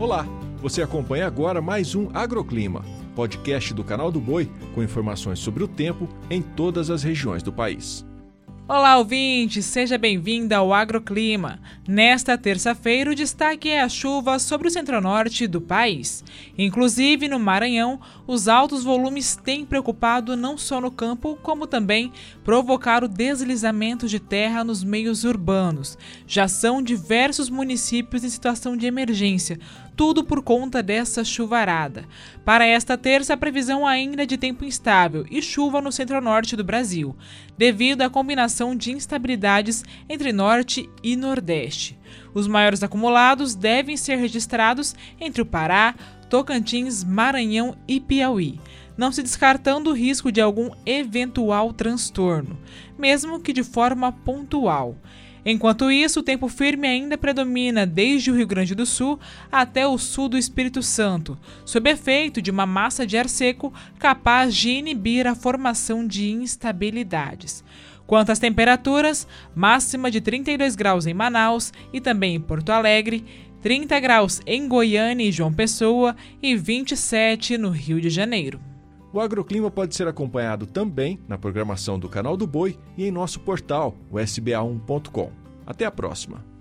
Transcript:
Olá, você acompanha agora mais um Agroclima, podcast do Canal do Boi com informações sobre o tempo em todas as regiões do país. Olá, ouvinte! Seja bem-vinda ao Agroclima. Nesta terça-feira, o destaque é a chuva sobre o centro-norte do país. Inclusive, no Maranhão, os altos volumes têm preocupado não só no campo, como também provocaram deslizamento de terra nos meios urbanos. Já são diversos municípios em situação de emergência, tudo por conta dessa chuvarada. Para esta terça, a previsão ainda é de tempo instável e chuva no centro-norte do Brasil, devido à combinação de instabilidades entre norte e nordeste. Os maiores acumulados devem ser registrados entre o Pará, Tocantins, Maranhão e Piauí, não se descartando o risco de algum eventual transtorno, mesmo que de forma pontual. Enquanto isso, o tempo firme ainda predomina desde o Rio Grande do Sul até o sul do Espírito Santo, sob efeito de uma massa de ar seco capaz de inibir a formação de instabilidades. Quanto às temperaturas, máxima de 32 graus em Manaus e também em Porto Alegre, 30 graus em Goiânia e João Pessoa e 27 no Rio de Janeiro. O Agroclima pode ser acompanhado também na programação do Canal do Boi e em nosso portal, o sba1.com. Até a próxima!